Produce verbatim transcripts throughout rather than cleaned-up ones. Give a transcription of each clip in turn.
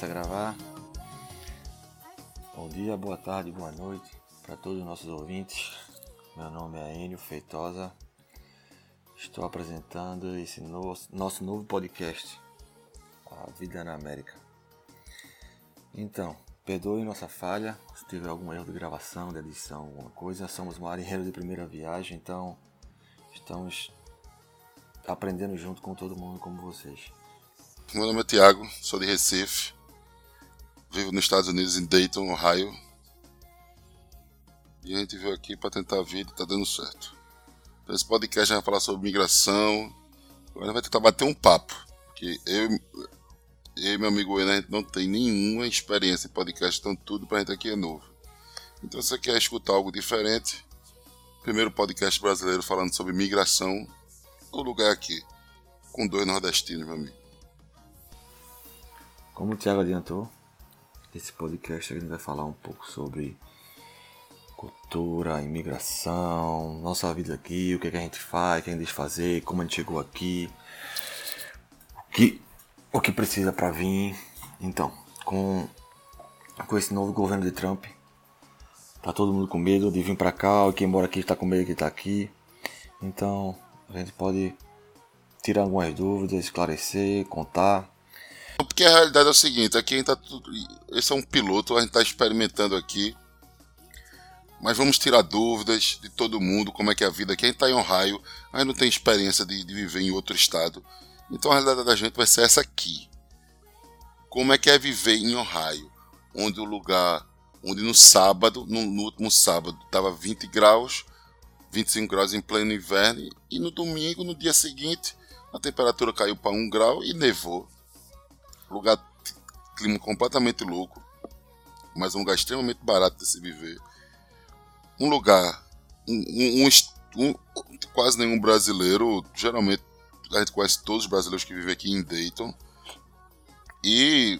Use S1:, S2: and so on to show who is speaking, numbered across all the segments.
S1: começa a gravar. Bom dia, boa tarde, boa noite para todos os nossos ouvintes. Meu nome é Enio Feitosa. Estou apresentando esse no- nosso novo podcast, A Vida na América. Então, perdoe nossa falha, se tiver algum erro de gravação, de edição, alguma coisa. Somos marinheiros de primeira viagem, então estamos aprendendo junto com todo mundo como vocês.
S2: Meu nome é Thiago, sou de Recife, vivo nos Estados Unidos, em Dayton, Ohio. E a gente veio aqui para tentar a vida e tá dando certo. Então esse podcast vai falar sobre migração. Agora a gente vai tentar bater um papo, porque eu, eu e meu amigo Wayne, a gente não tem nenhuma experiência em podcast, então tudo pra gente aqui é novo. Então se você quer escutar algo diferente, primeiro podcast brasileiro falando sobre migração, o lugar é aqui, com dois nordestinos, meu amigo.
S1: Como o Thiago adiantou, esse podcast a gente vai falar um pouco sobre cultura, imigração, nossa vida aqui, o que, é que a gente faz, o que a gente deixa fazer, como a gente chegou aqui, o que, o que precisa para vir. Então, com, com esse novo governo de Trump, tá todo mundo com medo de vir para cá, quem mora aqui está com medo de estar aqui. Então, a gente pode tirar algumas dúvidas, esclarecer, contar.
S2: Porque a realidade é o seguinte, aqui a gente tá tudo, esse é um piloto, a gente está experimentando aqui, mas vamos tirar dúvidas de todo mundo, como é que é a vida aqui. A gente está em Ohio, a gente não tem experiência de, de viver em outro estado, então a realidade da gente vai ser essa aqui. Como é que é viver em Ohio, onde o lugar, onde no sábado, no, no último sábado, estava vinte graus, vinte e cinco graus em pleno inverno, e no domingo, no dia seguinte, a temperatura caiu para um grau e nevou. Lugar, clima completamente louco, mas um lugar extremamente barato de se viver. Um lugar, um, um, um, um, quase nenhum brasileiro, geralmente a gente conhece todos os brasileiros que vivem aqui em Dayton, e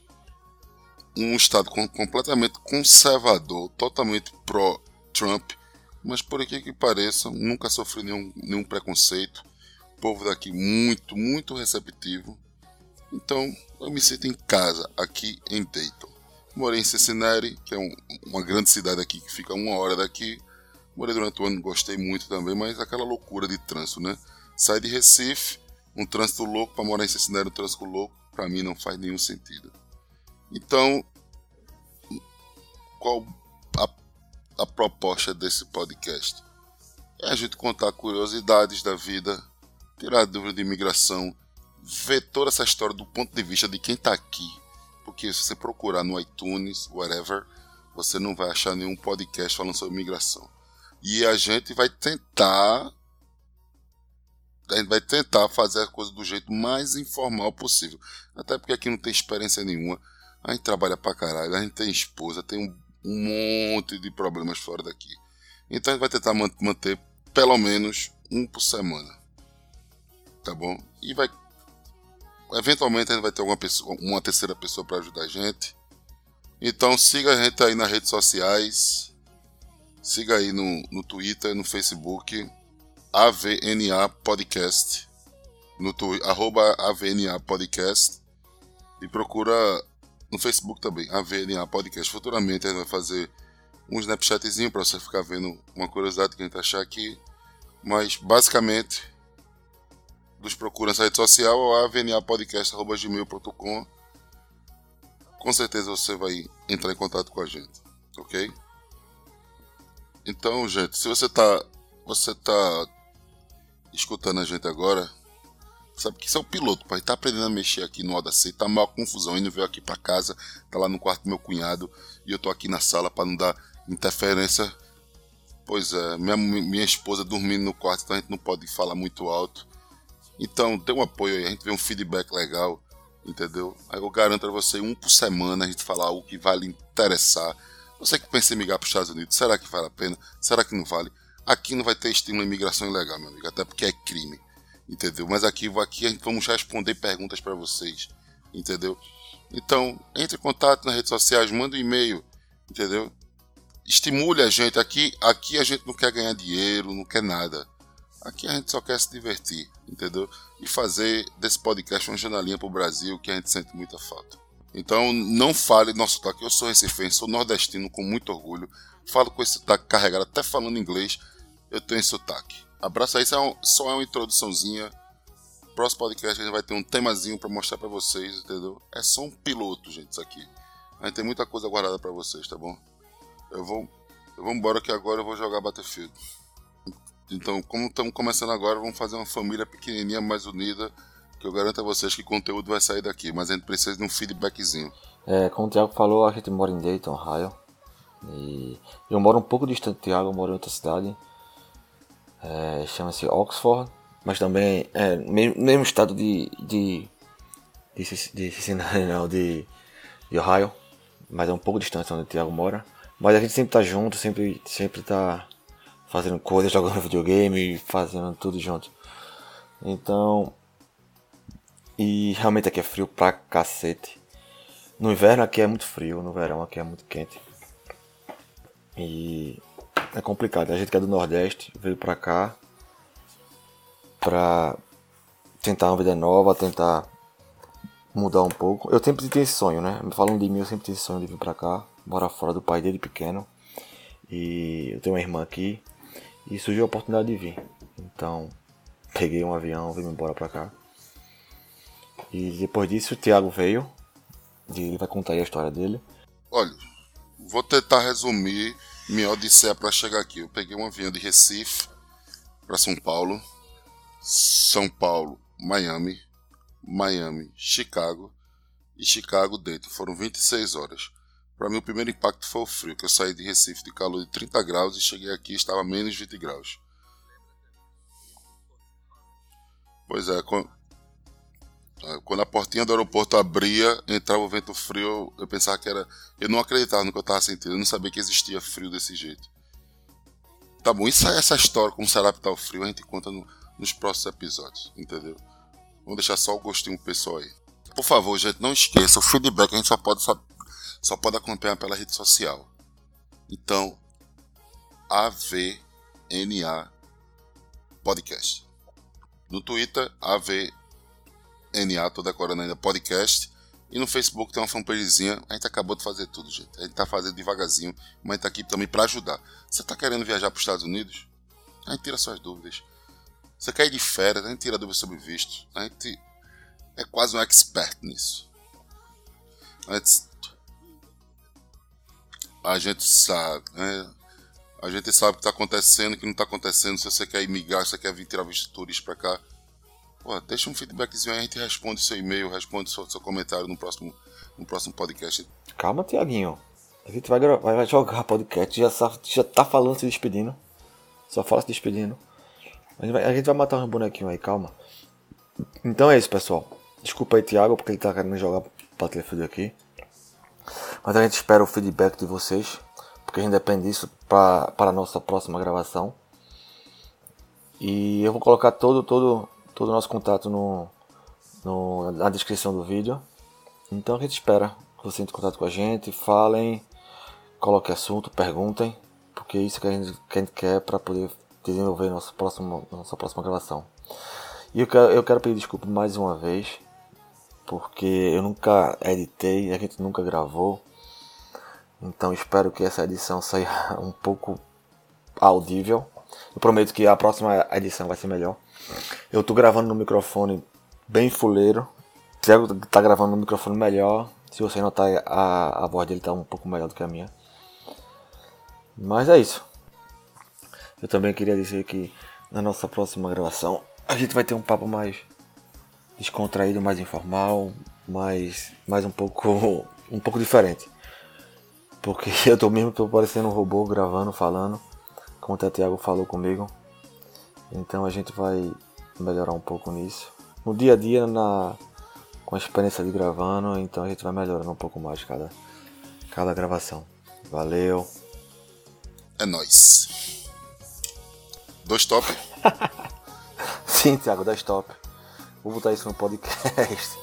S2: um estado com, completamente conservador, totalmente pró-Trump, mas por aqui que pareça, nunca sofri nenhum, nenhum preconceito. O povo daqui muito, muito receptivo. Então, eu me sinto em casa, aqui em Dayton. Morei em Cincinnati, que é um, uma grande cidade aqui, que fica uma hora daqui. Morei durante o ano, gostei muito também, mas aquela loucura de trânsito, né? Sai de Recife, um trânsito louco, para morar em Cincinnati, um trânsito louco, para mim não faz nenhum sentido. Então, qual a, a proposta desse podcast? É a gente contar curiosidades da vida, tirar dúvida de imigração, ver toda essa história do ponto de vista de quem está aqui, porque se você procurar no iTunes, whatever, você não vai achar nenhum podcast falando sobre migração. E a gente vai tentar a gente vai tentar fazer a coisa do jeito mais informal possível, até porque aqui não tem experiência nenhuma, a gente trabalha pra caralho, a gente tem esposa, tem um, um monte de problemas fora daqui, então a gente vai tentar manter pelo menos um por semana, tá bom? E vai eventualmente a gente vai ter uma, pessoa, uma terceira pessoa para ajudar a gente. Então siga a gente aí nas redes sociais. Siga aí no, no Twitter, no Facebook, A V N A Podcast. No tu, arroba A V N A Podcast. E procura no Facebook também, A V N A Podcast. Futuramente a gente vai fazer um Snapchatzinho para você ficar vendo uma curiosidade que a gente achar aqui. Mas basicamente, nos procura nessa rede social ou a avnapodcast arroba gmail ponto com. Com certeza você vai entrar em contato com a gente, ok? Então, gente, se você tá você tá escutando a gente agora, sabe que isso é o piloto, pai, tá aprendendo a mexer aqui no Audacity, tá mal confusão, ele veio aqui pra casa, tá lá no quarto do meu cunhado e eu tô aqui na sala para não dar interferência. Pois é, minha, minha esposa dormindo no quarto, então a gente não pode falar muito alto. Então, dê um apoio aí, a gente vê um feedback legal, entendeu? Aí eu garanto a você, um por semana, a gente falar algo que vai lhe interessar. Você que pensa em migrar para os Estados Unidos, será que vale a pena? Será que não vale? Aqui não vai ter estímulo à imigração ilegal, meu amigo, até porque é crime, entendeu? Mas aqui, aqui a gente vamos responder perguntas para vocês, entendeu? Então, entre em contato nas redes sociais, manda um e-mail, entendeu? Estimule a gente, aqui, aqui a gente não quer ganhar dinheiro, não quer nada. Aqui a gente só quer se divertir, entendeu? E fazer desse podcast uma janelinha pro Brasil que a gente sente muita falta. Então não fale nosso sotaque. Eu sou recifense, sou nordestino com muito orgulho. Falo com esse sotaque carregado, até falando inglês, eu tenho esse sotaque. Abraço aí, isso é um, só é uma introduçãozinha. Próximo podcast a gente vai ter um temazinho pra mostrar pra vocês, entendeu? É só um piloto, gente, isso aqui. A gente tem muita coisa guardada pra vocês, tá bom? Eu vou, eu vou embora que agora eu vou jogar Battlefield. Então, como estamos começando agora, vamos fazer uma família pequenininha, mais unida, que eu garanto a vocês que conteúdo vai sair daqui, mas a gente precisa de um feedbackzinho.
S1: É, como o Thiago falou, a gente mora em Dayton, Ohio. E eu moro um pouco distante do Thiago, eu moro em outra cidade. É, chama-se Oxford, mas também é mesmo, mesmo estado de de de, de Cincinnati, não, de, de Ohio, mas é um pouco distante onde o Thiago mora. Mas a gente sempre tá junto, sempre sempre tá fazendo coisas, jogando videogame, fazendo tudo junto. Então, e realmente aqui é frio pra cacete. No inverno aqui é muito frio, no verão aqui é muito quente. E é complicado. A gente que é do Nordeste veio pra cá pra tentar uma vida nova, tentar mudar um pouco. Eu sempre tive esse sonho, né? Falando de mim, eu sempre tive esse sonho de vir pra cá, morar fora do país desde pequeno. E eu tenho uma irmã aqui e surgiu a oportunidade de vir. Então, peguei um avião, vim embora pra cá. E depois disso o Thiago veio. E ele vai contar aí a história dele.
S2: Olha, vou tentar resumir minha odisseia para chegar aqui. Eu peguei um avião de Recife para São Paulo, São Paulo, Miami, Miami, Chicago e Chicago Dayton. Foram vinte e seis horas. Para mim o primeiro impacto foi o frio, que eu saí de Recife de calor de trinta graus e cheguei aqui e estava menos vinte graus. Pois é, quando a portinha do aeroporto abria, entrava o vento frio, eu pensava que era... Eu não acreditava no que eu estava sentindo, eu não sabia que existia frio desse jeito. Tá bom, isso é essa história, como se adaptar ao frio, a gente conta no, nos próximos episódios, entendeu? Vamos deixar só o gostinho pro pessoal aí. Por favor, gente, não esqueça, o feedback a gente só pode, só, só pode acompanhar pela rede social. Então, A V N A Podcast. No Twitter, A V N A, tô decorando ainda, podcast. E no Facebook tem uma fanpagezinha. A gente acabou de fazer tudo, gente. A gente tá fazendo devagarzinho, mas a gente tá aqui também pra ajudar. Você tá querendo viajar pros Estados Unidos? A gente tira suas dúvidas. Você quer ir de férias? A gente tira dúvidas sobre visto. A gente é quase um expert nisso. A gente, a gente sabe, né? A gente sabe o que tá acontecendo, o que não tá acontecendo. Se você quer imigrar, se você quer vir tirar visto de turista pra cá, pô, deixa um feedbackzinho aí, a gente responde seu e-mail, responde seu, seu comentário no próximo, no próximo podcast.
S1: Calma, Tiaguinho. A gente vai, vai, vai jogar podcast, já, já tá falando se despedindo. Só fala se despedindo. A gente vai, a gente vai matar um bonequinho aí, calma. Então é isso, pessoal. Desculpa aí, Thiago, porque ele tá querendo jogar Battlefield aqui. Mas a gente espera o feedback de vocês, porque a gente depende disso pra, para a nossa próxima gravação. E eu vou colocar todo, todo, todo o nosso contato no, no, na descrição do vídeo. Então a gente espera que vocês entrem em contato com a gente, falem, coloquem assunto, perguntem, porque isso que a gente, que a gente quer para poder desenvolver nossa próxima, nossa próxima gravação. E eu quero, eu quero pedir desculpa mais uma vez, porque eu nunca editei, a gente nunca gravou. Então espero que essa edição saia um pouco audível. Eu prometo que a próxima edição vai ser melhor. Eu tô gravando no microfone bem fuleiro. O Thiago tá gravando no microfone melhor. Se você notar, a, a voz dele tá um pouco melhor do que a minha. Mas é isso. Eu também queria dizer que na nossa próxima gravação a gente vai ter um papo mais descontraído, mais informal, mais, mais um pouco um pouco diferente. Porque eu tô mesmo tô parecendo um robô gravando, falando, como até o Thiago falou comigo. Então a gente vai melhorar um pouco nisso. No dia a dia, na, com a experiência de gravando, então a gente vai melhorando um pouco mais cada, cada gravação. Valeu.
S2: É nóis. Dois top.
S1: Sim, Thiago, dá stop. Vou botar isso no podcast.